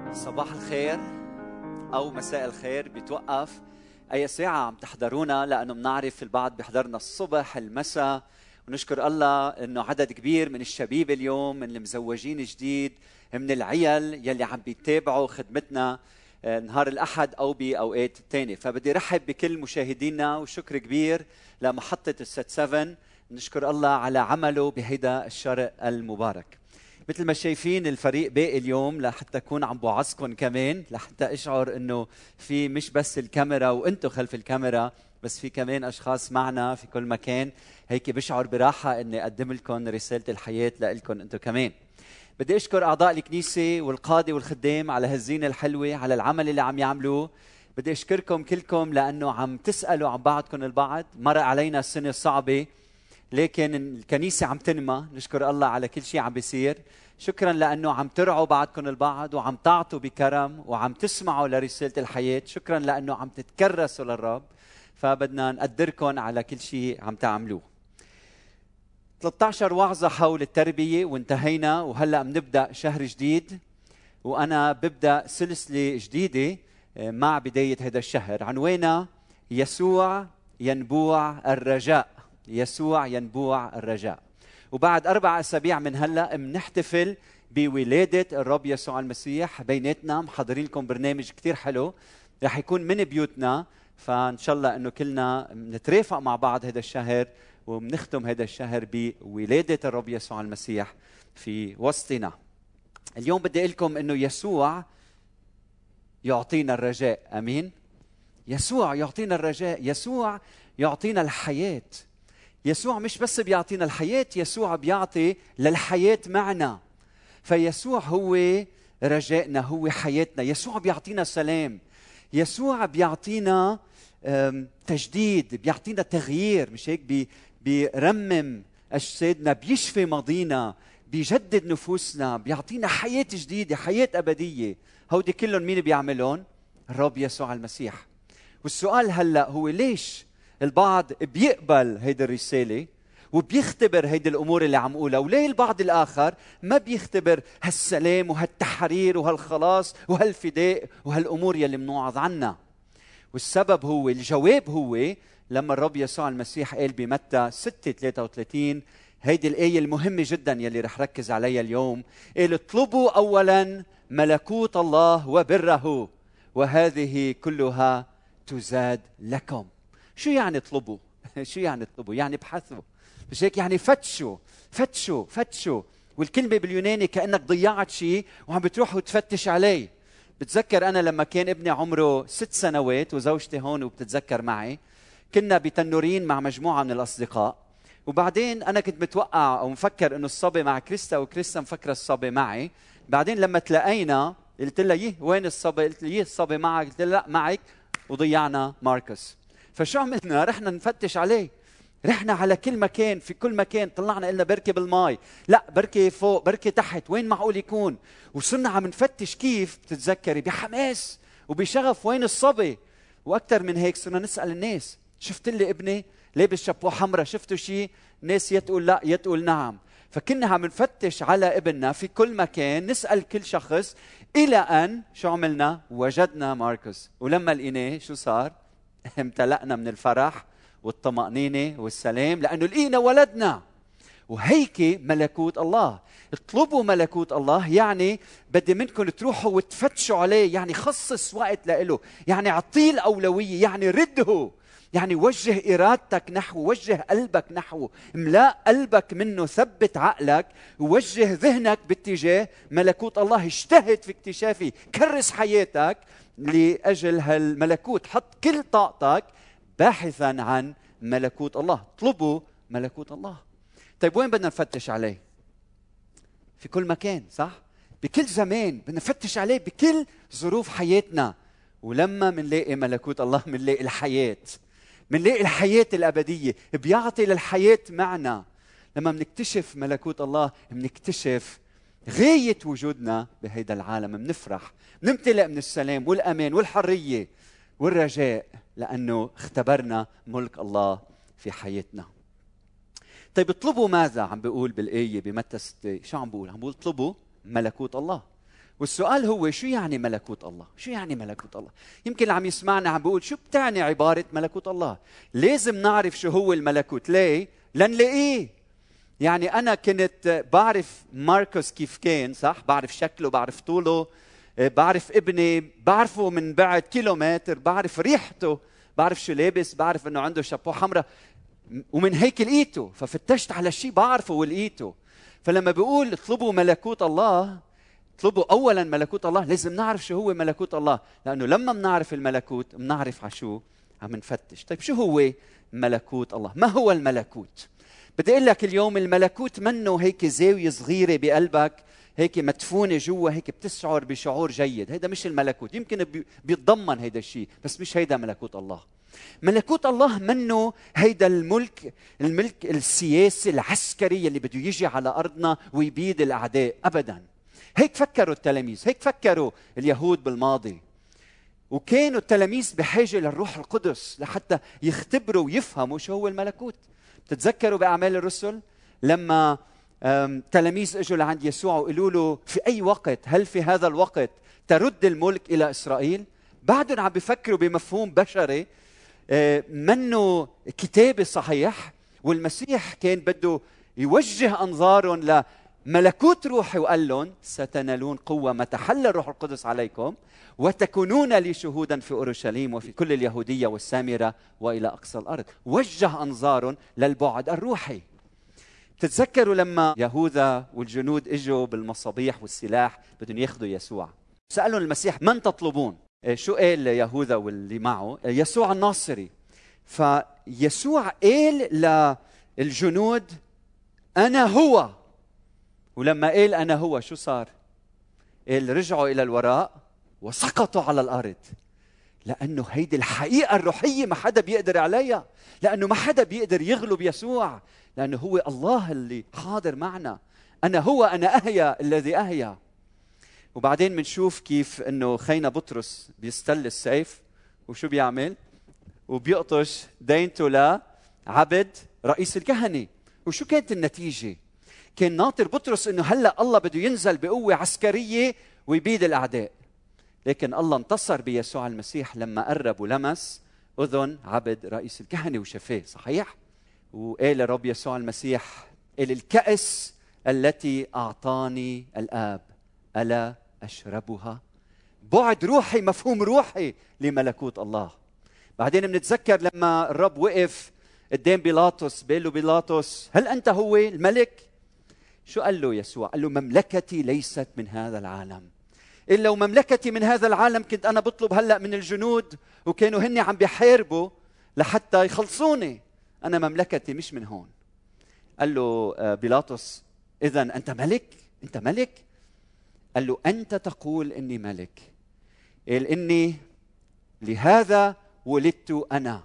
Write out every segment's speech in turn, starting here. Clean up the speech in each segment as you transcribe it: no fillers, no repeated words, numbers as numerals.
صباح الخير أو مساء الخير، بتوقف أي ساعة عم تحضرونا، لأنه بنعرف البعض بيحضرنا الصبح المساء. ونشكر الله أنه عدد كبير من الشبيب اليوم، من المزوجين جديد، من العيال يلي عم بيتابعوا خدمتنا نهار الأحد أو بأوقات تانية. فبدي رحب بكل مشاهدينا وشكر كبير لمحطة الست 7. نشكر الله على عمله بهيدا الشرق المبارك. مثل ما شايفين الفريق باقي اليوم لحتى أكون عم بوعظكم كمان، لحتى أشعر أنه في مش بس الكاميرا وأنتم خلف الكاميرا، بس في كمان أشخاص معنا في كل مكان. هيك بشعر براحة أني أقدم لكم رسالة الحياة لكم أنتم كمان. بدي أشكر أعضاء الكنيسة والقادة والخدام على هالزينة الحلوة، على العمل اللي عم يعملوه. بدي أشكركم كلكم لأنه عم تسألوا عن بعضكم البعض. مرق علينا السنة صعبة، لكن الكنيسة عم تنمى. نشكر الله على كل شيء عم بيصير. شكرا لأنه عم ترعوا بعضكم البعض وعم تعطوا بكرم وعم تسمعوا لرسالة الحياة. شكرا لأنه عم تتكرسوا للرب. فبدنا نقدركم على كل شيء عم تعملوه. 13 وعظة حول التربية وانتهينا، وهلأ بنبدأ شهر جديد، وأنا ببدأ سلسلة جديدة مع بداية هذا الشهر. عنوانها يسوع ينبوع الرجاء. يسوع ينبوع الرجاء. وبعد 4 أسابيع من هلأ بنحتفل بولادة الرب يسوع المسيح بيناتنا. محضرين لكم برنامج كتير حلو رح يكون من بيوتنا، فإن شاء الله أنه كلنا نترافق مع بعض هذا الشهر، وبنختم هذا الشهر بولادة الرب يسوع المسيح في وسطنا. اليوم بدي أقول لكم أنه يسوع يعطينا الرجاء. أمين. يسوع يعطينا الرجاء، يسوع يعطينا الحياة. يسوع مش بس بيعطينا الحياة، يسوع بيعطي للحياة معنا. فيسوع هو رجائنا، هو حياتنا. يسوع بيعطينا سلام، يسوع بيعطينا تجديد، بيعطينا تغيير. مش هيك بيرمم أجسادنا، بيشفي ماضينا، بيجدد نفوسنا، بيعطينا حياة جديدة، حياة أبدية. هودي كلهم مين بيعملون؟ الرب يسوع المسيح. والسؤال هلأ هو ليش البعض بيقبل هيدي الرسالة وبيختبر هيدي الأمور اللي عم قولها، وليه البعض الآخر ما بيختبر هالسلام وهالتحرير وهالخلاص وهالفداء وهالأمور يلي منوعظ عنها؟ والسبب هو، الجواب هو لما الرب يسوع المسيح قال بمتى 6:33 هيدي الآية المهمة جدا يلي رح ركز عليها اليوم. قال اطلبوا أولا ملكوت الله وبره وهذه كلها تزاد لكم. شو يعني اطلبوا؟ شو يعني اطلبوا؟ يعني ابحثوا، مش هيك؟ يعني فتشوا فتشوا فتشوا. والكلمة باليوناني كأنك ضيعت شيء وعم بتروح وتفتش عليه. بتذكر أنا لما كان ابني عمره 6 سنوات وزوجتي هون وبتتذكر معي، كنا بتنورين مع مجموعة من الأصدقاء، وبعدين أنا كنت متوقع أو مفكر إنه الصبي مع كريستا وكريستا مفكرة الصبي معي. بعدين لما تلاقينا قلت لها يه وين الصبي؟ قلت لي يه الصبي معك؟ قلت لها لا معك، وضيعنا ماركوس. فشو عملنا؟ رحنا نفتش عليه، رحنا على كل مكان، في كل مكان طلعنا قلنا بركي بالماي، لا بركي فوق، بركي تحت، وين معقول يكون؟ وصرنا عم نفتش كيف بتتذكري بحماس وبشغف وين الصبي. واكثر من هيك صرنا نسال الناس، شفت لي ابني لابس شبوه حمراء؟ شفتوا شيء؟ ناس يتقول لا يتقول نعم. فكنا عم نفتش على ابننا في كل مكان، نسال كل شخص، الى ان شو عملنا؟ وجدنا ماركوس. ولما لقيناه شو صار؟ امتلأنا من الفرح والطمأنينة والسلام لأنه لقينا ولدنا. وهيك ملكوت الله. اطلبوا ملكوت الله يعني بدي منكم تروحوا وتفتشوا عليه، يعني خصص وقت لإله، يعني اعطيه الأولوية، يعني رده، يعني وجه إرادتك نحوه، وجه قلبك نحوه، املأ قلبك منه، ثبت عقلك، ووجه ذهنك باتجاه ملكوت الله. اجتهد في اكتشافه، كرس حياتك لأجل هالملكوت. حط كل طاقتك باحثا عن ملكوت الله. اطلبوا ملكوت الله. طيب وين بدنا نفتش عليه؟ في كل مكان، صح؟ بكل زمان بدنا نفتش عليه، بكل ظروف حياتنا. ولما منلاقي ملكوت الله منلاقي الحياة، منلاقي الحياة الأبدية. بيعطي للحياة معنى. لما منكتشف ملكوت الله منكتشف غاية وجودنا بهيدا العالم. منفرح، نمتلئ من السلام والأمان والحرية والرجاء لأنه اختبرنا ملك الله في حياتنا. طيب اطلبوا ماذا؟ عم بيقول بالآية بمتى 6، شو عم بيقول؟ عم بيقول اطلبوا ملكوت الله والسؤال هو شو يعني ملكوت الله؟ شو يعني ملكوت الله؟ يمكن اللي عم يسمعنا عم بيقول شو بتعني عبارة ملكوت الله؟ لازم نعرف شو هو الملكوت، ليه؟ لنلاقيه. يعني أنا كنت بعرف ماركوس كيف كان، صح؟ بعرف شكله، بعرف طوله، بعرف ابني، بعرفه من بعد كيلومتر، بعرف ريحته، بعرف شو لابس، بعرف انه عنده شابو حمراء، ومن هيك لقيته، ففتشت على شيء بعرفه ولقيته. فلما بيقول اطلبوا ملكوت الله، اطلبوا اولا ملكوت الله، لازم نعرف شو هو ملكوت الله، لانه لما بنعرف الملكوت بنعرف على شو عم نفتش. طيب شو هو ملكوت الله؟ ما هو الملكوت؟ بدي اقول لك اليوم الملكوت منه هيك زاويه صغيره بقلبك هيك مدفونه جوا، هيك بتشعر بشعور جيد. هيدا مش الملكوت. يمكن بيتضمن هيدا الشيء، بس مش هيدا ملكوت الله. ملكوت الله منه هيدا الملك السياسي العسكري اللي بده يجي على أرضنا ويبيد الأعداء، أبداً. هيك فكروا التلاميذ، هيك فكروا اليهود بالماضي. وكانوا التلاميذ بحاجة للروح القدس لحتى يختبروا ويفهموا شو هو الملكوت. بتتذكروا بأعمال الرسل لما تلاميذ اجوا لعند يسوع وقالوا له في أي وقت، هل في هذا الوقت ترد الملك إلى إسرائيل؟ بعدهم عم بيفكروا بمفهوم بشري منه كتابي صحيح، والمسيح كان بده يوجه أنظارهم لملكوت روحي، وقال لهم ستنالون قوة متى حل الروح القدس عليكم وتكونون لي شهودا في أورشليم وفي كل اليهودية والسامرة وإلى أقصى الأرض. وجه أنظارهم للبعد الروحي. تتذكروا لما يهوذا والجنود اجوا بالمصابيح والسلاح بدهم ياخذوا يسوع، سألهم المسيح من تطلبون؟ شو قال يهوذا واللي معه؟ يسوع الناصري. فيسوع قال للجنود أنا هو. ولما قال أنا هو شو صار؟ قال رجعوا إلى الوراء وسقطوا على الأرض، لأنه هيدي الحقيقة الروحية ما حدا بيقدر عليها، لأنه ما حدا بيقدر يغلب يسوع، لأنه هو الله اللي حاضر معنا. أنا هو، أنا أهيا الذي أهيا. وبعدين بنشوف كيف انه خينا بطرس بيستل السيف وشو بيعمل؟ وبيقطش دينته لعبد رئيس الكهنة. وشو كانت النتيجة؟ كان ناطر بطرس انه هلا الله بده ينزل بقوة عسكرية ويبيد الاعداء، لكن الله انتصر بيسوع المسيح لما قرب ولمس اذن عبد رئيس الكهنة وشفاه، صحيح؟ وقال الرب يسوع المسيح قال الكأس التي اعطاني الآب ألا أشربها؟ بعد روحي، مفهوم روحي لملكوت الله. بعدين بنتذكر لما الرب وقف قدام بيلاطس، بيقول له بيلاطس هل أنت هو الملك؟ شو قال له يسوع؟ قال له مملكتي ليست من هذا العالم. إلا لو مملكتي من هذا العالم كنت أنا بطلب هلأ من الجنود وكانوا هن عم بيحاربوا لحتى يخلصوني. أنا مملكتي مش من هون. قال له بيلاطس إذن أنت ملك؟ أنت ملك؟ قال له أنت تقول إني ملك. قال إني لهذا ولدت أنا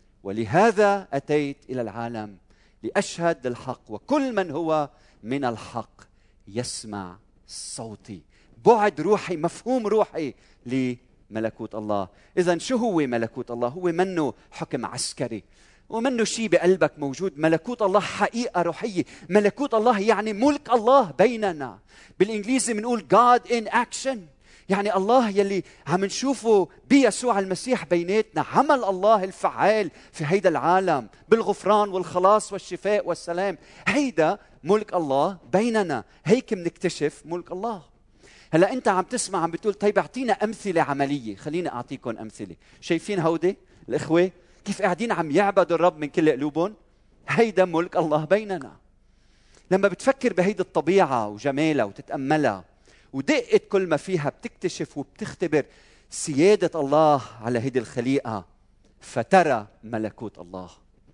ولهذا أتيت إلى العالم لأشهد للحق، وكل من هو من الحق يسمع صوتي. بعد روحي، مفهوم روحي لملكوت الله. إذن شو هو ملكوت الله؟ هو منه حكم عسكري ومنه شيء بقلبك موجود. ملكوت الله حقيقة روحية. ملكوت الله يعني ملك الله بيننا. بالإنجليزي بنقول God in action، يعني الله يلي عم نشوفه بيسوع المسيح بيناتنا، عمل الله الفعال في هيدا العالم بالغفران والخلاص والشفاء والسلام. هيدا ملك الله بيننا. هيك منكتشف ملك الله. هلا أنت عم تسمع عم بتقول طيب اعطينا أمثلة عملية. خليني أعطيكم أمثلة. شايفين هودي الإخوة كيف قاعدين عم يعبدوا الرب من كل قلوبهم؟ هيدا ملك الله بيننا. لما بتفكر بهيدي الطبيعة وجمالها وتتأملها ودقة كل ما فيها، بتكتشف وبتختبر سيادة الله على هيدي الخليقة، فترى ملكوت الله.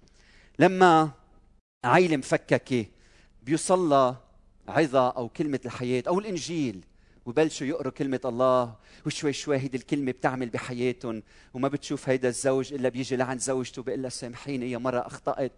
لما عائلة مفككة بيوصل عظة أو كلمة الحياة أو الإنجيل وبلشوا يقروا كلمة الله، وشوي شوي هيدي الكلمة بتعمل بحياتهم، وما بتشوف هيدا الزوج إلا بيجي لعند زوجته بيقول لها سامحيني يا مرة أخطأت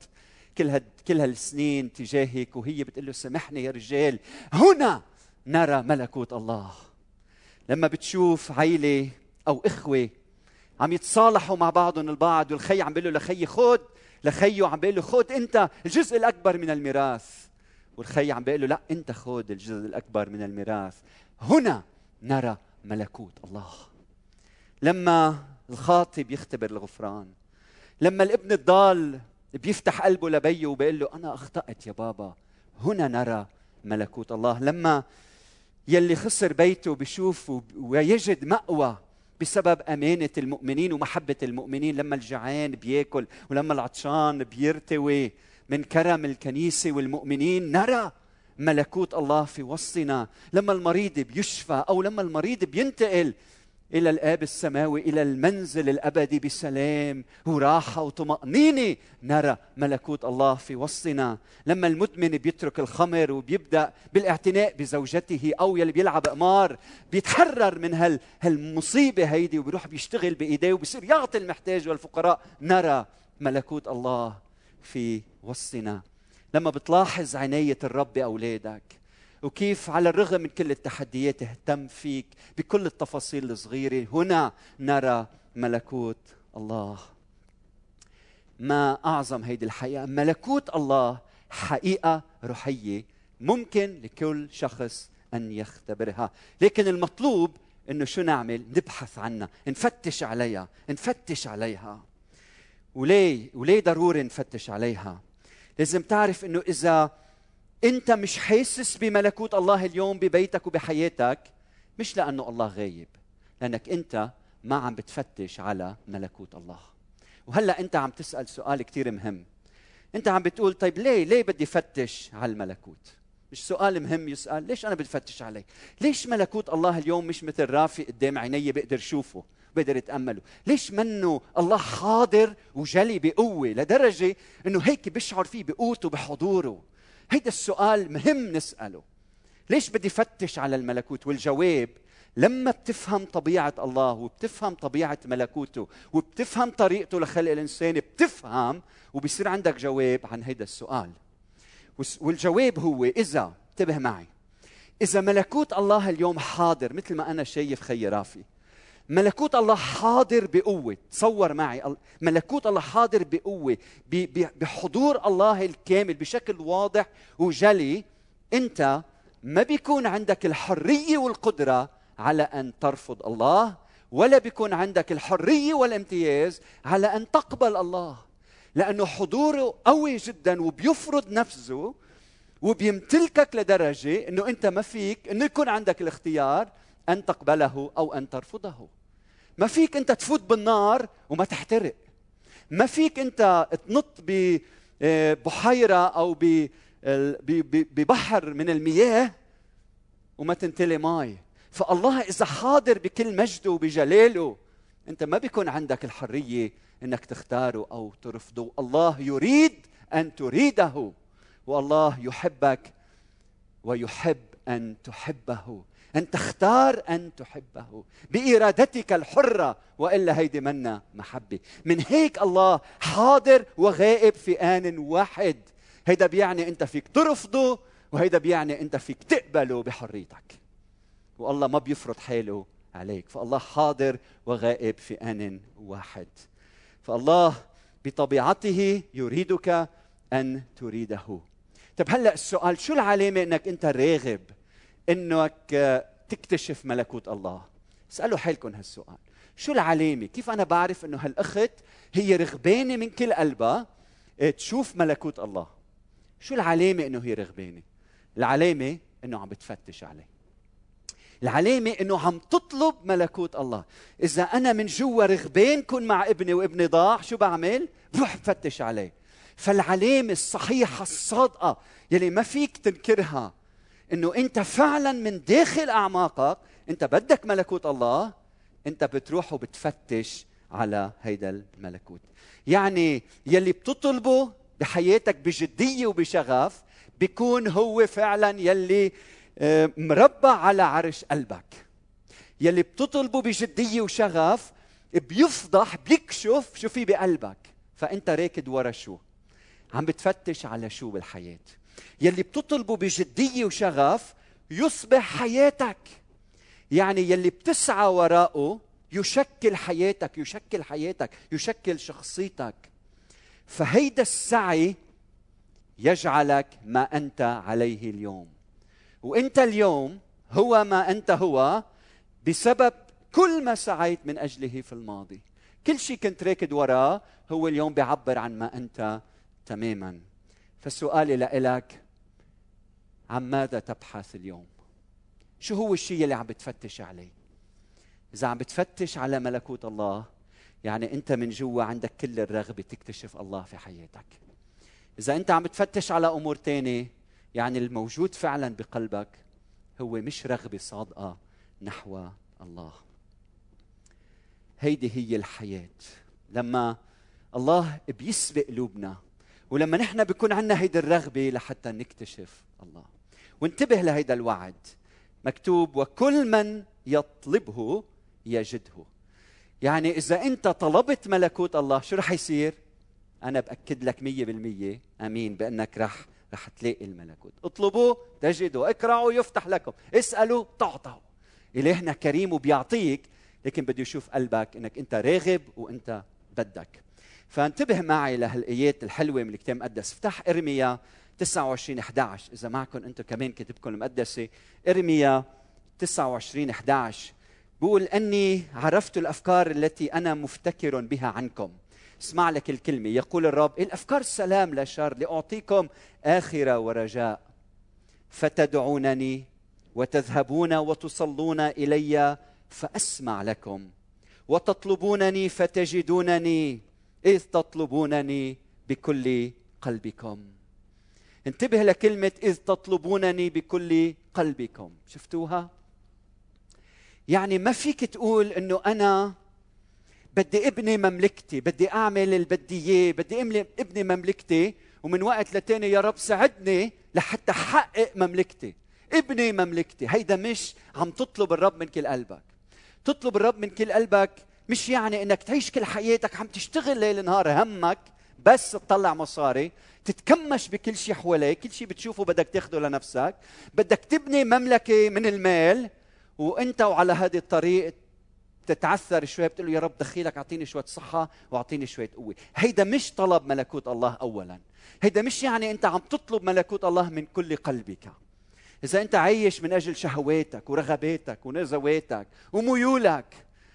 كل هالسنين تجاهك، وهي بتقول له سامحني يا رجال. هنا نرى ملكوت الله. لما بتشوف عيلة أو إخوة عم يتصالحوا مع بعضهم البعض، والخي عم بيقول له لخي خد، لخيه عم بيقول له خد أنت الجزء الأكبر من الميراث، والخي عم بيقول له لا أنت خد الجزء الأكبر من الميراث. هنا نرى ملكوت الله. لما الخاطي بيختبر الغفران، لما الابن الضال بيفتح قلبه لبيه وبيقول له أنا أخطأت يا بابا، هنا نرى ملكوت الله. لما يلي خسر بيته بيشوف ويجد مأوى بسبب أمانة المؤمنين ومحبة المؤمنين، لما الجعان بياكل ولما العطشان بيرتوي من كرم الكنيسة والمؤمنين، نرى ملكوت الله في وسطنا. لما المريض بيشفى أو لما المريض بينتقل إلى الآب السماوي، إلى المنزل الأبدي بسلام وراحة وطمأنينة، نرى ملكوت الله في وسطنا. لما المدمن بيترك الخمر وبيبدأ بالاعتناء بزوجته، أو يلي بيلعب قمار بيتحرر من هالمصيبة هيدي وبيروح بيشتغل بإيديه وبيصير يعطي المحتاج والفقراء، نرى ملكوت الله في وسطنا. لما بتلاحظ عناية الرب بأولادك وكيف على الرغم من كل التحديات اهتم فيك بكل التفاصيل الصغيرة، هنا نرى ملكوت الله. ما أعظم هيدي الحقيقة، ملكوت الله حقيقة روحية ممكن لكل شخص أن يختبرها، لكن المطلوب إنه شو نعمل؟ نبحث عنها، نفتش عليها. وليه ضروري نفتش عليها؟ لازم تعرف إنه إذا أنت مش حاسس بملكوت الله اليوم ببيتك وبحياتك، مش لأنه الله غايب، لأنك أنت ما عم بتفتش على ملكوت الله. وهلأ أنت عم تسأل سؤال كتير مهم. أنت عم بتقول طيب ليه بدي فتش على الملكوت؟ مش سؤال مهم يسأل؟ ليش أنا بدي فتش عليه؟ ليش ملكوت الله اليوم مش مثل رافي قدام عيني بقدر شوفه بقدر اتأمله؟ ليش منه الله حاضر وجلي بقوة لدرجة أنه هيك بشعر فيه بقوته بحضوره؟ هيدا السؤال مهم نسأله. ليش بدي فتش على الملكوت؟ والجواب لما بتفهم طبيعة الله وبتفهم طبيعة ملكوته وبتفهم طريقته لخلق الإنسان، بتفهم وبيصير عندك جواب عن هيدا السؤال. والجواب هو إذا انتبه معي، إذا ملكوت الله اليوم حاضر مثل ما أنا شايف خي رافي، ملكوت الله حاضر بقوة. تصور معي، ملكوت الله حاضر بقوة بحضور الله الكامل بشكل واضح وجلي. أنت ما بيكون عندك الحرية والقدرة على أن ترفض الله، ولا بيكون عندك الحرية والامتياز على أن تقبل الله، لأنه حضوره قوي جدا وبيفرض نفسه وبيمتلكك لدرجة أنه أنت ما فيك أنه يكون عندك الاختيار أن تقبله أو أن ترفضه. ما فيك أنت تفوت بالنار وما تحترق. ما فيك أنت تنط ببحيرة أو ببحر من المياه وما تنتلي ماء. فالله إذا حاضر بكل مجده وبجلاله، أنت ما بيكون عندك الحرية أنك تختاره أو ترفضه. الله يريد أن تريده، والله يحبك ويحب أن تحبه، أن تختار أن تحبه بإرادتك الحرة، وإلا هيدي منا محبة. من هيك الله حاضر وغائب في آن واحد. هيدا بيعني أنت فيك ترفضه، وهيدا بيعني أنت فيك تقبله بحريتك، والله ما بيفرض حاله عليك. فالله حاضر وغائب في آن واحد. فالله بطبيعته يريدك أن تريده. طب هلأ السؤال، شو العلامة أنك أنت راغب أنك تكتشف ملكوت الله؟ اسألوا حالكم هالسؤال. شو العلامة؟ كيف أنا بعرف أنه هالأخت هي رغبانة من كل قلبها تشوف ملكوت الله؟ شو العلامة أنه هي رغبانة؟ العلامة أنه عم بتفتش عليه. العلامة أنه عم تطلب ملكوت الله. إذا أنا من جوا رغبان كن مع ابني وابني ضاع، شو بعمل؟ بروح بفتش عليه. فالعلامة الصحيحة الصادقة يلي ما فيك تنكرها أنه أنت فعلا من داخل أعماقك أنت بدك ملكوت الله، أنت بتروح وبتفتش على هيدا الملكوت. يعني يلي بتطلبه بحياتك بجدية وبشغف بيكون هو فعلا يلي مربع على عرش قلبك. يلي بتطلبه بجدية وشغف بيفضح بيكشف شو في بقلبك. فأنت راكد ورا شو؟ عم بتفتش على شو بالحياة؟ يلي بتطلبه بجدية وشغف يصبح حياتك. يعني يلي بتسعى وراءه يشكل حياتك، يشكل شخصيتك. فهيدا السعي يجعلك ما أنت عليه اليوم. وأنت اليوم هو ما أنت هو بسبب كل ما سعيت من أجله في الماضي. كل شيء كنت راكد وراه هو اليوم بيعبر عن ما أنت تماما. فالسؤال لك، عن ماذا تبحث اليوم؟ شو هو الشيء اللي عم بتفتش عليه؟ إذا عم بتفتش على ملكوت الله، يعني أنت من جوا عندك كل الرغبة تكتشف الله في حياتك. إذا أنت عم بتفتش على أمور تانية، يعني الموجود فعلا بقلبك هو مش رغبة صادقة نحو الله. هيدي هي الحياة، لما الله بيسبق قلوبنا، ولما نحن بيكون عندنا هيدي الرغبة لحتى نكتشف الله. وانتبه لهيدا الوعد مكتوب: وكل من يطلبه يجده. يعني إذا أنت طلبت ملكوت الله، شو رح يصير؟ أنا بأكد لك 100% أمين بأنك رح تلاقي الملكوت. اطلبوا تجدوا، اقرعوا يفتح لكم، اسألوا تعطوا. إلهنا كريم وبيعطيك، لكن بده يشوف قلبك انك انت راغب وانت بدك. فانتبه معي لهالايات الحلوه من الكتاب المقدس. افتح ارميا 29:11 اذا معكم انتم كمان كتبكم المقدسه. ارميا 29:11 بقول: اني عرفت الافكار التي انا مفتكر بها عنكم. اسمع لك الكلمه، يقول الرب: الافكار السلام لا شر، لاعطيكم اخره ورجاء. فتدعونني وتذهبون وتصلون الي فأسمع لكم، وتطلبونني فتجدونني، إذ تطلبونني بكل قلبكم. انتبه لكلمة إذ تطلبونني بكل قلبكم. شفتوها؟ يعني ما فيك تقول إنه أنا بدي ابني مملكتي، بدي أعمل اللي بدي إياه، بدي ابني مملكتي، ومن وقت لتاني يا رب ساعدني لحتى أحقق مملكتي، ابني مملكتي. هيدا مش عم تطلب الرب من كل قلبك. تطلب الرب من كل قلبك مش يعني انك تعيش كل حياتك عم تشتغل ليل نهار، همك بس تطلع مصاري، تتكمش بكل شيء حواليك، كل شيء بتشوفه بدك تاخده لنفسك، بدك تبني مملكة من المال، وانت وعلى هذه الطريق تتعثر شوي، بتقول له يا رب دخيلك اعطيني شوية صحة واعطيني شوية قوة. هيدا مش طلب ملكوت الله اولا. هيدا مش يعني انت عم تطلب ملكوت الله من كل قلبك. إذا أنت عايش من أجل شهواتك ورغباتك ونزواتك وميولك،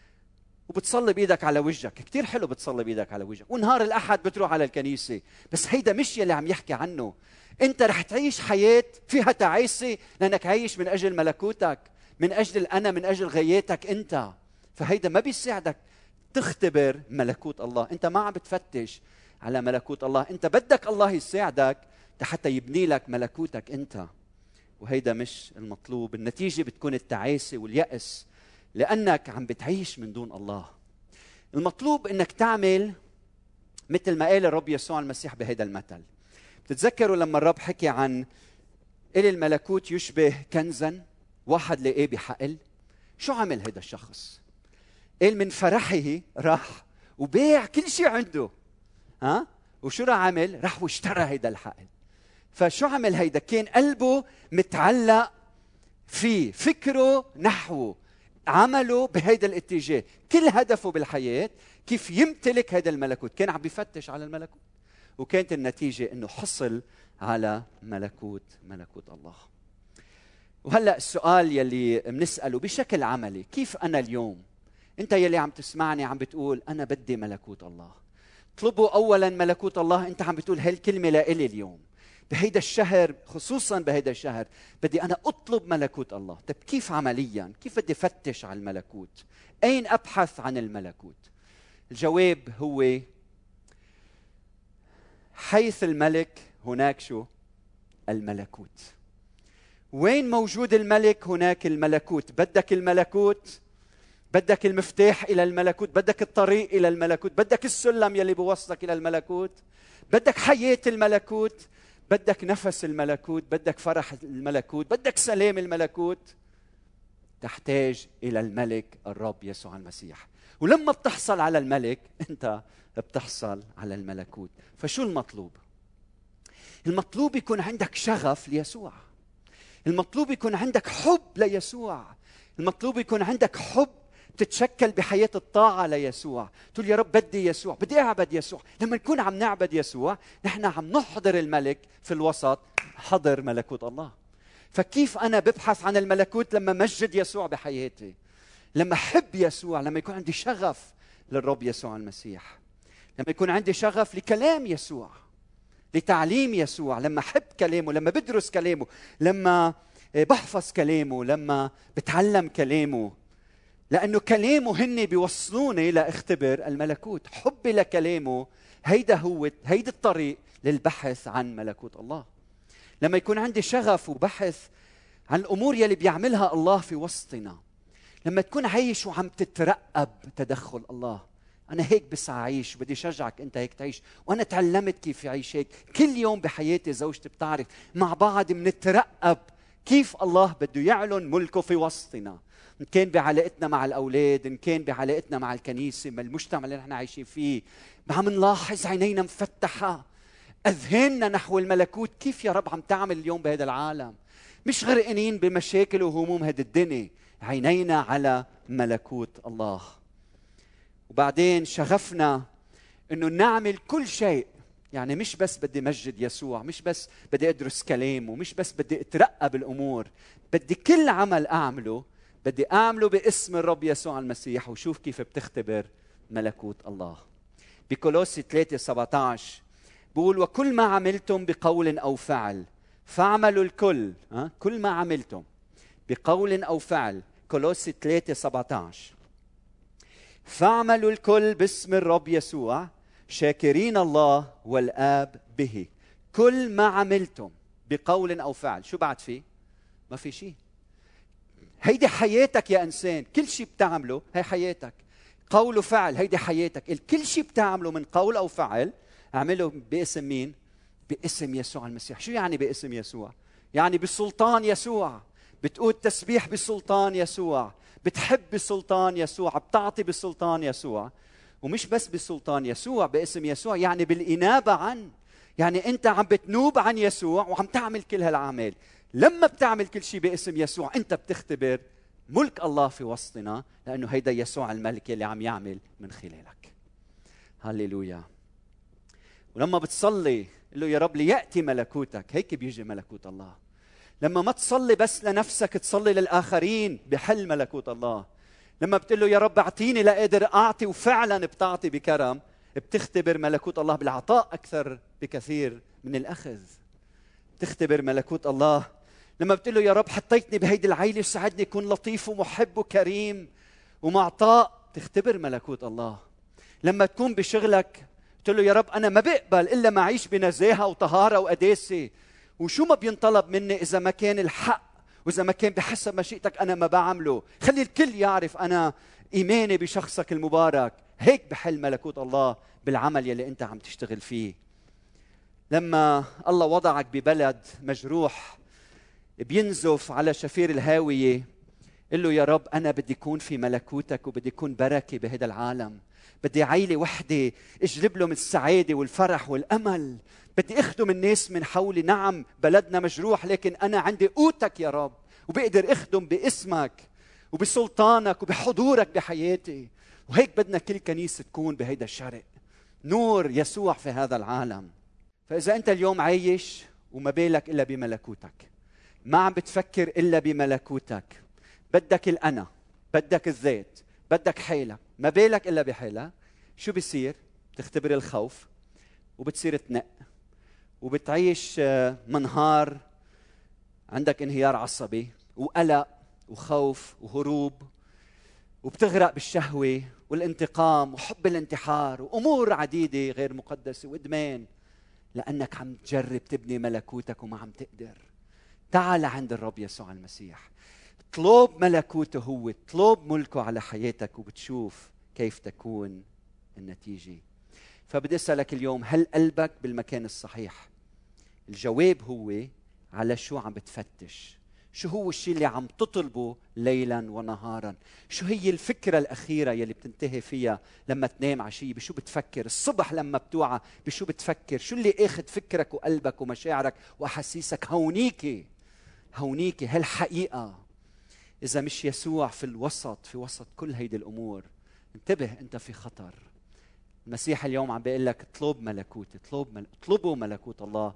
وبتصلي بإيدك على وجهك، كتير حلو بتصلي بإيدك على وجهك، ونهار الأحد بتروح على الكنيسة، بس هيدا مش يلي عم يحكي عنه. أنت رح تعيش حياة فيها تعاسة لأنك عايش من أجل ملكوتك، من أجل الأنا، من أجل غاياتك أنت. فهيدا ما بيساعدك تختبر ملكوت الله. أنت ما عم بتفتش على ملكوت الله، أنت بدك الله يساعدك حتى يبني لك ملكوتك أنت، وهيدا مش المطلوب. النتيجة بتكون التعاسة واليأس لأنك عم بتعيش من دون الله. المطلوب أنك تعمل مثل ما قال الرب يسوع المسيح بهيدا المثل. بتتذكروا لما الرب حكي عن إلي الملكوت يشبه كنزا واحد لقيه بحقل؟ شو عمل هيدا الشخص؟ قال من فرحه راح وبيع كل شيء عنده. وشو راح عمل؟ راح واشترى هيدا الحقل. فشو عمل هيدا؟ كان قلبه متعلق فيه، فكره نحوه، عمله بهيدا الاتجاه، كل هدفه بالحياة كيف يمتلك هيدا الملكوت. كان عم بيفتش على الملكوت، وكانت النتيجة انه حصل على ملكوت الله. وهلأ السؤال يلي بنسأله بشكل عملي: كيف أنا اليوم، أنت يلي عم تسمعني عم بتقول أنا بدي ملكوت الله، اطلبوا أولا ملكوت الله. أنت عم بتقول هالكلمة لإلي اليوم بهيدا الشهر، خصوصا بهيدا الشهر بدي أنا أطلب ملكوت الله. طيب كيف عمليا؟ كيف بدي فتش على الملكوت؟ أين أبحث عن الملكوت؟ الجواب هو حيث الملك هناك شو؟ الملكوت. وين موجود الملك هناك الملكوت. بدك الملكوت، بدك المفتاح إلى الملكوت، بدك الطريق إلى الملكوت، بدك السلم يلي بوصلك إلى الملكوت، بدك حياة الملكوت، بدك نفس الملكوت، بدك فرح الملكوت، بدك سلام الملكوت. تحتاج إلى الملك الرب يسوع المسيح. ولما بتحصل على الملك أنت بتحصل على الملكوت. فشو المطلوب؟ المطلوب يكون عندك شغف ليسوع، المطلوب يكون عندك حب ليسوع، المطلوب يكون عندك حب تتشكل بحياة الطاعة ليسوع. تقول يا رب بدي يسوع، بدي أعبد يسوع. لما نكون عم نعبد يسوع نحن عم نحضر الملك في الوسط، حضر ملكوت الله. فكيف أنا ببحث عن الملكوت؟ لما مجد يسوع بحياتي، لما أحب يسوع، لما يكون عندي شغف للرب يسوع المسيح، لما يكون عندي شغف لكلام يسوع، لتعليم يسوع، لما أحب كلامه، لما بدرس كلامه، لما بحفظ كلامه، لما بتعلم كلامه. لأنه كلامه هن بيوصلوني لأختبر الملكوت. حبي لكلامه هيدا الطريق للبحث عن ملكوت الله. لما يكون عندي شغف وبحث عن الأمور يلي بيعملها الله في وسطنا، لما تكون عايش وعم تترقب تدخل الله. أنا هيك بس أعيش، بدي شجعك أنت هيك تعيش، وأنا تعلمت كيف أعيش هيك. كل يوم بحياتي زوجتي بتعرف، مع بعض منترقب كيف الله بده يعلن ملكه في وسطنا، إن كان بعلاقتنا مع الأولاد، إن كان بعلاقتنا مع الكنيسة، مع المجتمع اللي نحن عايشين فيه. عم نلاحظ عينينا مفتحة، أذهاننا نحو الملكوت. كيف يا رب عم تعمل اليوم بهذا العالم؟ مش غرقانين بمشاكل وهموم هذه الدنيا، عينينا على ملكوت الله. وبعدين شغفنا إنه نعمل كل شيء. يعني مش بس بدي مجد يسوع، مش بس بدي أدرس كلامه، مش بس بدي أترقب الأمور، بدي كل عمل أعمله بدي أعمله باسم الرب يسوع المسيح. وشوف كيف بتختبر ملكوت الله. بكولوسي 3:17 بقول: وكل ما عملتم بقول أو فعل فاعملوا الكل. كل ما عملتم بقول أو فعل. كولوسي 3:17 فاعملوا الكل باسم الرب يسوع شاكرين الله والآب به. كل ما عملتم بقول أو فعل. شو بعد فيه؟ ما في شيء. هيدي حياتك يا إنسان. كل شيء بتعمله هي حياتك. قول وفعل هيدي حياتك. كل شيء بتعمله من قول أو فعل اعمله باسم مين؟ باسم يسوع المسيح. شو يعني باسم يسوع؟ يعني بسلطان يسوع. بتقول تسبيح بسلطان يسوع، بتحب بسلطان يسوع، بتعطي بسلطان يسوع. ومش بس بسلطان يسوع، باسم يسوع، يعني بالإنابة عنه. يعني أنت عم بتنوب عن يسوع وعم تعمل كل هالأعمال. لما بتعمل كل شيء باسم يسوع أنت بتختبر ملك الله في وسطنا، لأنه هيدا يسوع الملك اللي عم يعمل من خلالك. هاليلويا. ولما بتصلي قل له: يا رب ليأتي ملكوتك، هيك بيجي ملكوت الله. لما ما تصلي بس لنفسك، تصلي للآخرين، بحل ملكوت الله. لما بتقول له: يا رب اعطيني لأقدر أعطي، وفعلا بتعطي بكرم، بتختبر ملكوت الله بالعطاء أكثر بكثير من الأخذ. تختبر ملكوت الله لما بتقول له: يا رب حطيتني بهيدي العيلة، ساعدني أكون لطيف ومحب وكريم ومعطاء. تختبر ملكوت الله لما تكون بشغلك بتقول له: يا رب أنا ما بقبل إلا ما أعيش بنزاهة وطهارة وقداسة، وشو ما بينطلب مني إذا ما كان الحق وإذا ما كان بحسب مشيئتك أنا ما بعمله. خلي الكل يعرف أنا إيماني بشخصك المبارك. هيك بحل ملكوت الله بالعمل يلي أنت عم تشتغل فيه. لما الله وضعك ببلد مجروح بينزف على شفير الهاوية، قل له: يا رب أنا بدي أكون في ملكوتك وبدي أكون بركة بهذا العالم. بدي عيلة وحدة اجلب لهم السعادة والفرح والأمل. بدي أخدم الناس من حولي. نعم بلدنا مجروح، لكن أنا عندي قوتك يا رب، وبقدر أخدم باسمك وبسلطانك وبحضورك بحياتي. وهيك بدنا كل كنيسة تكون بهيدا الشرق، نور يسوع في هذا العالم. فإذا أنت اليوم عايش وما بالك إلا بملكوتك، ما عم بتفكر إلا بملكوتك، بدك الأنا، بدك الذات، بدك حالك، ما بالك إلا بحالك، شو بيصير؟ بتختبر الخوف وبتصير تنق وبتعيش منهار، عندك انهيار عصبي وقلق وخوف وهروب، وبتغرق بالشهوة والانتقام وحب الانتحار وأمور عديدة غير مقدسة وإدمان، لأنك عم تجرب تبني ملكوتك وما عم تقدر. تعال عند الرب يسوع المسيح، اطلب ملكوته هو، اطلب ملكه على حياتك، وبتشوف كيف تكون النتيجة. فبدي أسألك اليوم، هل قلبك بالمكان الصحيح؟ الجواب هو على شو عم بتفتش، شو هو الشيء اللي عم تطلبه ليلا ونهارا، شو هي الفكرة الأخيرة يلي بتنتهي فيها لما تنام عشية، بشو بتفكر الصبح لما بتوعى، بشو بتفكر، شو اللي اخذ فكرك وقلبك ومشاعرك وأحاسيسك. هونيكي هالحقيقة. إذا مش يسوع في وسط كل هيدي الأمور، انتبه أنت في خطر. المسيح اليوم عم بيقول لك: اطلب ملكوت، اطلبوا ملكوت الله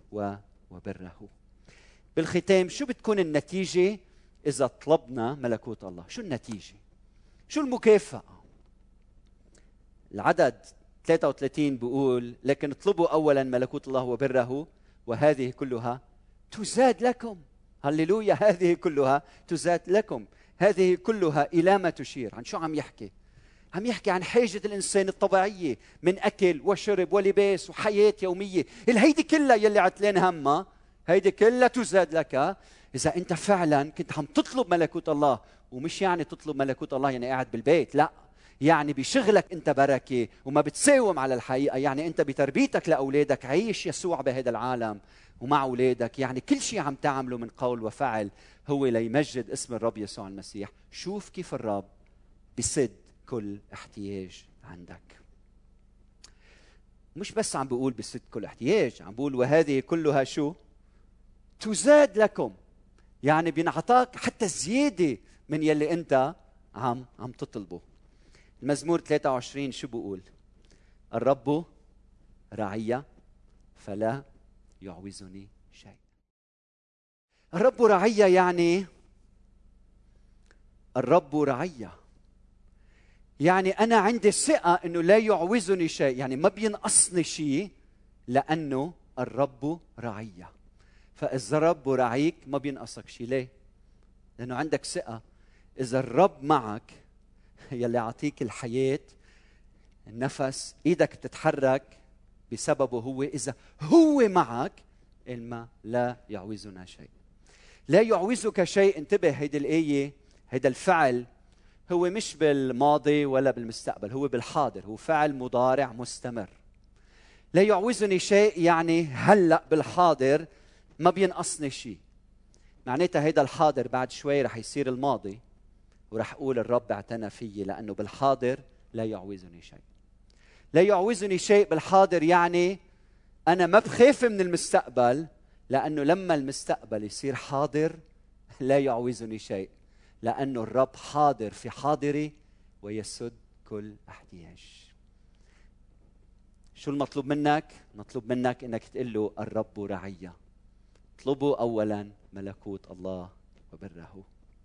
وبره. بالختام، شو بتكون النتيجة إذا طلبنا ملكوت الله؟ شو النتيجة؟ شو المكافأة؟ العدد 33 بيقول لكن اطلبوا أولا ملكوت الله وبره وهذه كلها تزاد لكم. هللويا. هذه كلها تزاد لكم. هذه كلها إلى ما تشير؟ عن شو عم يحكي؟ عم يحكي عن حاجة الإنسان الطبيعية من أكل وشرب ولباس وحياة يومية. هيدي كلها يلي عتلان همها، هيدي كلها تزاد لك إذا أنت فعلا كنت عم تطلب ملكوت الله. ومش يعني تطلب ملكوت الله يعني قاعد بالبيت، لا، يعني بشغلك أنت بركة وما بتساوم على الحقيقة. يعني أنت بتربيتك لأولادك عيش يسوع بهذا العالم ومع أولادك. يعني كل شيء عم تعمله من قول وفعل هو ليمجد اسم الرب يسوع المسيح. شوف كيف الرب بسد كل احتياج عندك. مش بس عم بقول بسد كل احتياج، عم بقول وهذه كلها شو؟ تزاد لكم. يعني بينعطاك حتى زيادة من يلي أنت عم تطلبه. المزمور 23 شو بقول؟ الرب رعية فلا يعوزني شيء. الرب رعية يعني الرب رعية، يعني أنا عندي ثقة أنه لا يعوزني شيء، يعني ما بينقصني شيء لأنه الرب رعية. فإذا الرب رعيك ما بينقصك شيء. ليه؟ لأنه عندك ثقة إذا الرب معك يلي يعطيك الحياة، النفس، إيدك تتحرك بسببه هو. إذا هو معك إلما لا يعوزنا شيء. لا يعوزك شيء. انتبه، هيدي الآية، هيدا الفعل هو مش بالماضي ولا بالمستقبل، هو بالحاضر، هو فعل مضارع مستمر. لا يعوزني شيء يعني هلأ بالحاضر ما بينقصني شيء. معناتها هيدا الحاضر بعد شوي رح يصير الماضي ورح أقول الرب اعتنى فيي، لأنه بالحاضر لا يعوزني شيء. لا يعوزني شيء بالحاضر يعني أنا ما بخاف من المستقبل، لأنه لما المستقبل يصير حاضر لا يعوزني شيء، لأنه الرب حاضر في حاضري ويسد كل احتياج. شو المطلوب منك؟ مطلوب منك أنك تقول له الرب رعية. اطلبوا أولا ملكوت الله وبره.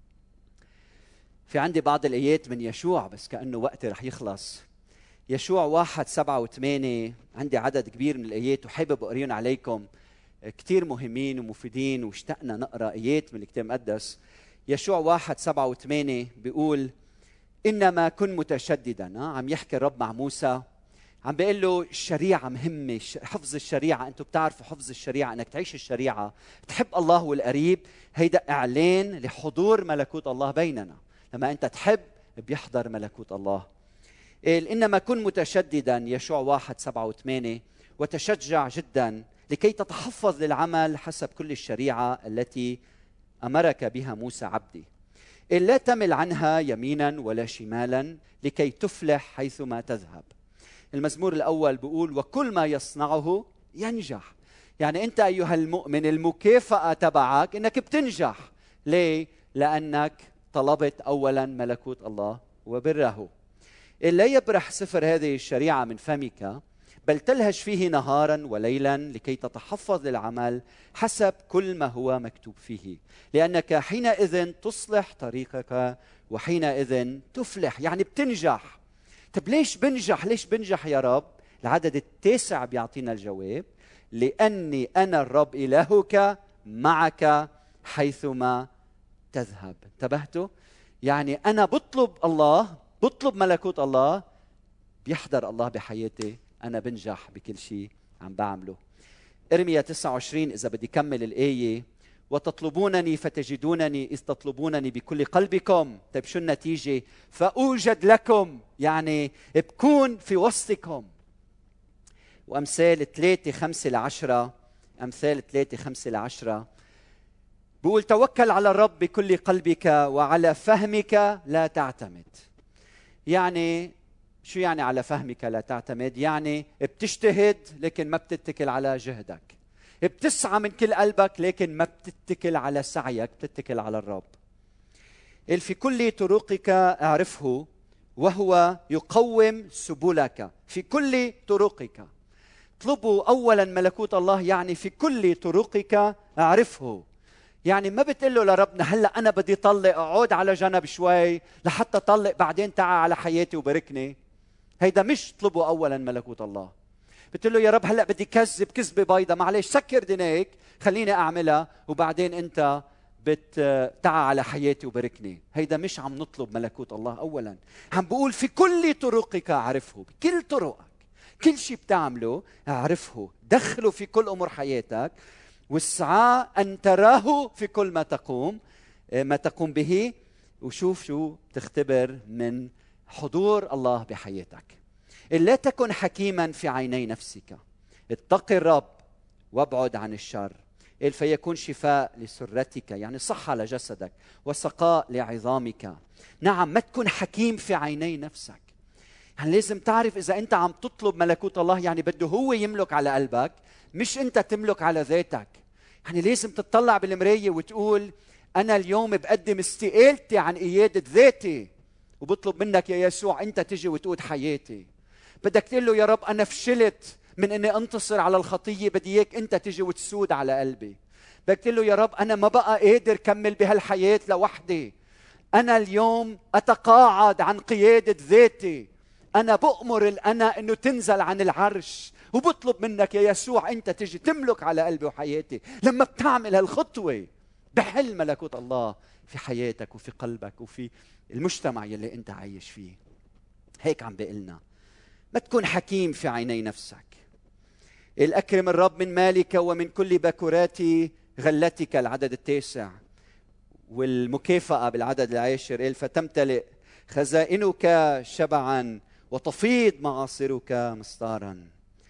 في عندي بعض الآيات من يشوع بس كأنه وقتي رح يخلص. يشوع 1:7-8. عندي عدد كبير من الآيات وحابب أقريهم عليكم، كتير مهمين ومفيدين واشتقنا نقرأ آيات من الكتاب المقدس. يشوع 1:7-8 بيقول إنما كن متشددا. عم يحكي الرب مع موسى، عم بيقول له الشريعة مهمة، حفظ الشريعة. أنتم بتعرفوا حفظ الشريعة، أنك تعيش الشريعة، تحب الله والقريب. هيدا إعلان لحضور ملكوت الله بيننا. لما أنت تحب بيحضر ملكوت الله. إنما كن متشددا، يشوع 1:7-8، وتشجع جدا لكي تتحفظ للعمل حسب كل الشريعة التي أمرك بها موسى عبدي. لا تمل عنها يمينا ولا شمالا لكي تفلح حيثما تذهب. المزمور الأول بيقول وكل ما يصنعه ينجح. يعني أنت أيها المؤمن المكافأة تبعك أنك بتنجح. ليه؟ لأنك طلبت أولا ملكوت الله وبره. لا يبرح سفر هذه الشريعة من فمك، بل تلهج فيه نهارا وليلا لكي تتحفظ للعمل حسب كل ما هو مكتوب فيه، لأنك حينئذ تصلح طريقك وحينئذ تفلح. يعني بتنجح. طب ليش بنجح؟ ليش بنجح يا رب؟ العدد 9 بيعطينا الجواب: لأني أنا الرب إلهك معك حيثما تذهب. انتبهتوا؟ يعني أنا بطلب الله، بطلب ملكوت الله، بيحضر الله بحياتي، أنا بنجح بكل شيء عم بعمله. إرميا 29 إذا بدي كمل الآية: وتطلبونني فتجدونني إذ تطلبونني بكل قلبكم. طيب شو النتيجة؟ فأوجد لكم، يعني بكون في وسطكم. وأمثال 3:5-10، أمثال 3:5-10 بقول توكل على الرب بكل قلبك وعلى فهمك لا تعتمد. يعني شو يعني على فهمك لا تعتمد؟ يعني بتجتهد لكن ما بتتكل على جهدك، بتسعى من كل قلبك لكن ما بتتكل على سعيك، بتتكل على الرب. في كل طرقك اعرفه وهو يقوم سبلك. في كل طرقك. اطلبوا أولا ملكوت الله، يعني في كل طرقك اعرفه. يعني ما بتقول له لربنا هلا انا بدي طلق، اقعد على جنب شوي لحتى طلق بعدين تعال على حياتي وباركني. هيدا مش طلبوا اولا ملكوت الله. بتقول له يا رب هلا بدي كذب كذبه بيضة، معلش سكر دينيك خليني اعملها وبعدين انت تعال على حياتي وباركني. هيدا مش عم نطلب ملكوت الله اولا. عم بقول في كل طرقك اعرفه، بكل طرقك، كل شيء بتعمله اعرفه، دخله في كل امور حياتك، واسعى ان تراه في كل ما تقوم به، وشوف شو تختبر من حضور الله بحياتك. لا تكن حكيما في عيني نفسك، اتق الرب وابعد عن الشر، فيكون شفاء لسرتك، يعني صحة لجسدك وسقاء لعظامك. نعم، ما تكون حكيم في عيني نفسك. يعني لازم تعرف إذا أنت عم تطلب ملكوت الله، يعني بده هو يملك على قلبك، مش أنت تملك على ذاتك. يعني لازم تطلع بالمراية وتقول أنا اليوم بقدم استقالتي عن قيادة ذاتي، وبطلب منك يا يسوع أنت تجي وتقود حياتي. بدك تقول له يا رب أنا فشلت من أني أنتصر على الخطية، بدي إياك أنت تجي وتسود على قلبي. بدك تقول له يا رب أنا ما بقى قادر كمل بهالحياة لوحدي، أنا اليوم أتقاعد عن قيادة ذاتي، أنا بأمر الأنا أنه تنزل عن العرش، وبطلب منك يا يسوع أنت تجي تملك على قلبي وحياتي. لما بتعمل هالخطوة بحل ملكوت الله في حياتك وفي قلبك وفي المجتمع يلي أنت عايش فيه. هيك عم بيقلنا ما تكون حكيم في عيني نفسك. الأكرم الرب من مالك ومن كل بكرات غلتك، العدد 9، والمكافأة بالعدد 10، فتمتلئ خزائنك شبعا وتفيض معاصرك مصدارا.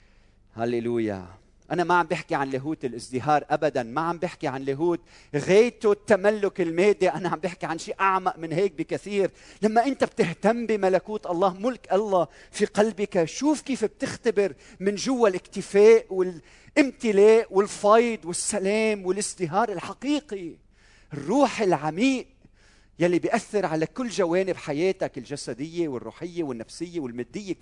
هللويا. أنا ما عم بحكي عن لاهوت الازدهار أبدا، ما عم بحكي عن لاهوت غايته التملك المادي، أنا عم بحكي عن شيء أعمق من هيك بكثير. لما أنت بتهتم بملكوت الله، ملك الله في قلبك، شوف كيف بتختبر من جوا الاكتفاء والامتلاء والفيض والسلام والازدهار الحقيقي، الروح العميق يلي بيأثر على كل جوانب حياتك الجسدية والروحية والنفسية والمادية،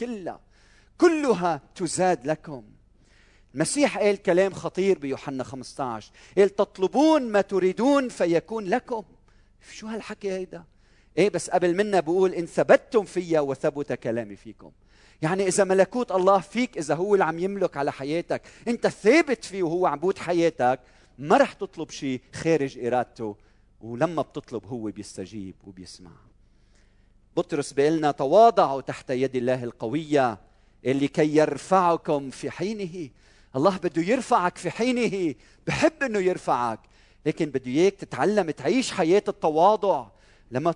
كلها تزاد لكم. المسيح قال كلام خطير بيوحنا 15، قال تطلبون ما تريدون فيكون لكم. شو هالحكي هيدا؟ بس قبل منا بقول إن ثبتتم فيا وثبت كلامي فيكم. يعني إذا ملكوت الله فيك، إذا هو اللي عم يملك على حياتك، أنت ثابت فيه وهو عم بود حياتك، ما رح تطلب شيء خارج إرادته، ولما بتطلب هو بيستجيب وبيسمع. بطرس بيقلنا تواضعوا تحت يد الله القوية اللي كي يرفعكم في حينه. الله بده يرفعك في حينه، بحب انه يرفعك، لكن بده اياك تتعلم تعيش حياة التواضع. لما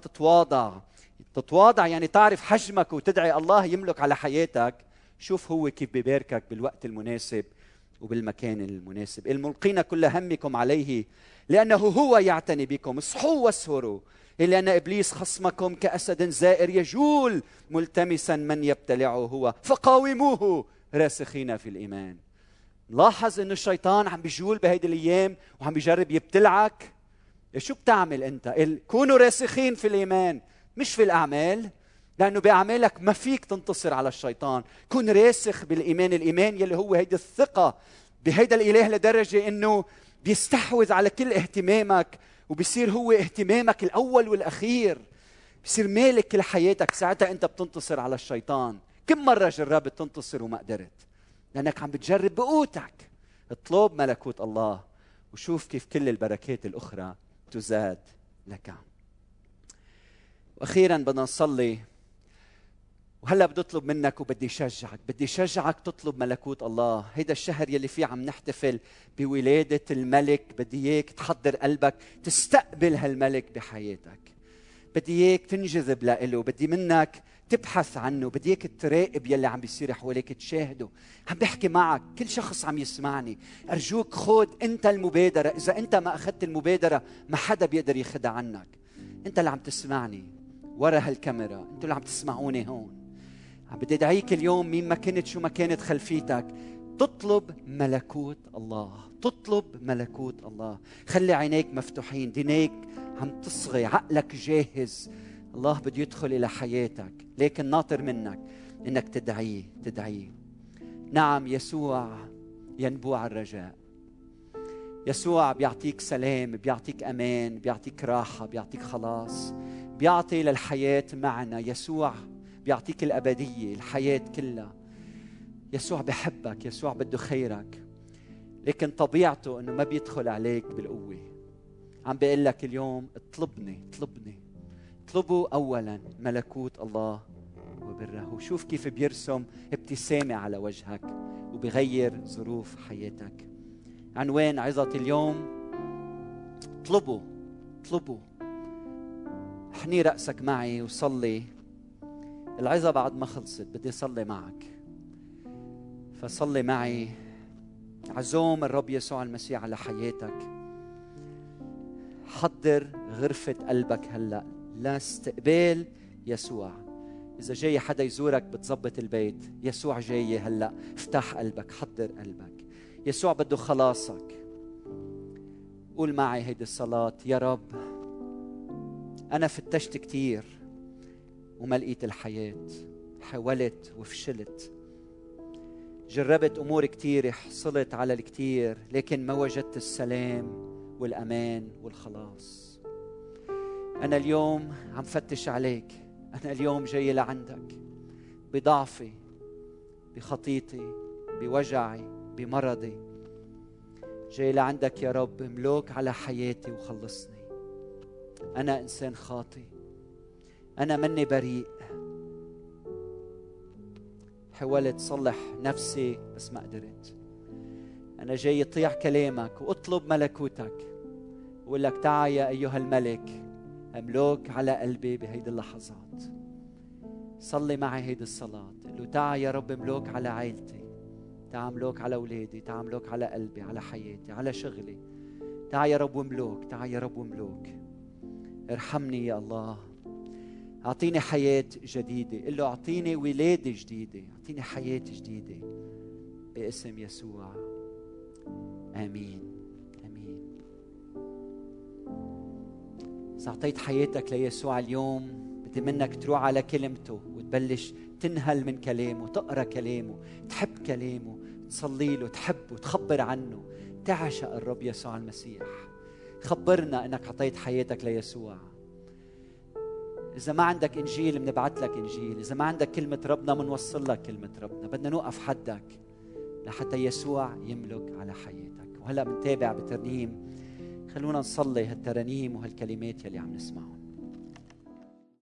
تتواضع يعني تعرف حجمك وتدعي الله يملك على حياتك. شوف هو كيف بباركك بالوقت المناسب وبالمكان المناسب. الملقين كل همكم عليه لأنه هو يعتني بكم، اصحوا واسهروا لأن إبليس خصمكم كأسد زائر يجول ملتمسا من يبتلعه هو، فقاوموه راسخين في الإيمان. لاحظ إنه الشيطان عم بيجول بهيدي الأيام وعم بيجرب يبتلعك. شو بتعمل أنت؟ كونوا راسخين في الإيمان، مش في الأعمال، لأنه بأعمالك ما فيك تنتصر على الشيطان. كن راسخ بالإيمان، الإيمان يلي هو هيدي الثقة بهيدا الإله لدرجة إنه بيستحوذ على كل اهتمامك، وبيصير هو اهتمامك الأول والأخير، بيصير مالك كل حياتك. ساعتها أنت بتنتصر على الشيطان. كم مرة جربت تنتصر وما قدرت؟ لأنك عم بتجرب بقوتك. اطلب ملكوت الله وشوف كيف كل البركات الأخرى تزاد لك. وأخيرا بدنا نصلي، وهلا بدي اطلب منك وبدي شجعك تطلب ملكوت الله. هيدا الشهر يلي فيه عم نحتفل بولادة الملك، بدي اياك تحضر قلبك تستقبل هالملك بحياتك. بدي اياك تنجذب له، بدي منك تبحث عنه، بدي اياك تراقب يلي عم بيصير حواليك، تشاهده. عم بحكي معك، كل شخص عم يسمعني، ارجوك خذ انت المبادرة. اذا انت ما اخذت المبادرة ما حدا بيقدر ياخذها عنك. انت اللي عم تسمعني ورا هالكاميرا، انتوا اللي عم تسمعوني هون، بدي ادعيك اليوم مين ما كنت شو ما كانت خلفيتك، تطلب ملكوت الله. تطلب ملكوت الله. خلي عينيك مفتوحين، دينيك عم تصغي، عقلك جاهز. الله بده يدخل إلى حياتك، لكن ناطر منك إنك تدعيه. نعم، يسوع ينبوع الرجاء. يسوع بيعطيك سلام، بيعطيك أمان، بيعطيك راحة، بيعطيك خلاص، بيعطي للحياة معنى. يسوع بيعطيك الأبدية، الحياة كلها. يسوع بحبك، يسوع بده خيرك، لكن طبيعته أنه ما بيدخل عليك بالقوة. عم بيقول لك اليوم اطلبني، اطلبني. اطلبوا أولا ملكوت الله وبره. شوف كيف بيرسم ابتسامة على وجهك وبيغير ظروف حياتك. عنوان عظة اليوم: اطلبوا، اطلبوا. احني رأسك معي وصلي. العظة بعد ما خلصت بدي صلي معك، فصلي معي. عزوم الرب يسوع المسيح على حياتك. حضر غرفة قلبك هلأ لاستقبال يسوع. إذا جاي حدا يزورك بتظبط البيت، يسوع جاي هلأ. افتح قلبك، حضر قلبك. يسوع بده خلاصك. قول معي هيدي الصلاة: يا رب، أنا فتشت كتير وما لقيت الحياة. حاولت وفشلت، جربت أمور كتير، حصلت على الكتير، لكن ما وجدت السلام والأمان والخلاص. أنا اليوم عم فتش عليك. أنا اليوم جاي لعندك بضعفي، بخطيتي، بوجعي، بمرضي. جاي لعندك يا رب، املوك على حياتي وخلصني. أنا إنسان خاطي، أنا مني بريء. حاولت صلح نفسي بس ما قدرت. أنا جاي يطيع كلامك وأطلب ملكوتك، وأقول لك: تعا يا أيها الملك، أملوك على قلبي بهيدي اللحظات. صلي معي هيدي الصلاة. قل له: تعا يا رب، املوك على عائلتي، تعا املوك على أولادي، تعا املوك على قلبي، على حياتي، على شغلي. تعا يا رب واملوك، تعا يا رب واملوك. ارحمني يا الله، أعطيني حياة جديدة. قل له: أعطيني ولادة جديدة، أعطيني حياة جديدة باسم يسوع. آمين، آمين. إذا أعطيت حياتك ليسوع اليوم، بدي منك تروح على كلمته وتبلش تنهل من كلامه، تقرأ كلامه، تحب كلامه، تصلي له، تحبه، تخبر عنه، تعشق الرب يسوع المسيح. خبرنا أنك أعطيت حياتك ليسوع. إذا ما عندك إنجيل بنبعت لك إنجيل، إذا ما عندك كلمة ربنا بنوصل لك كلمة ربنا. بدنا نوقف حدك لحتى يسوع يملك على حياتك. وهلأ بنتابع بترنيم. خلونا نصلي هالترانيم وهالكلمات يلي عم نسمعهم.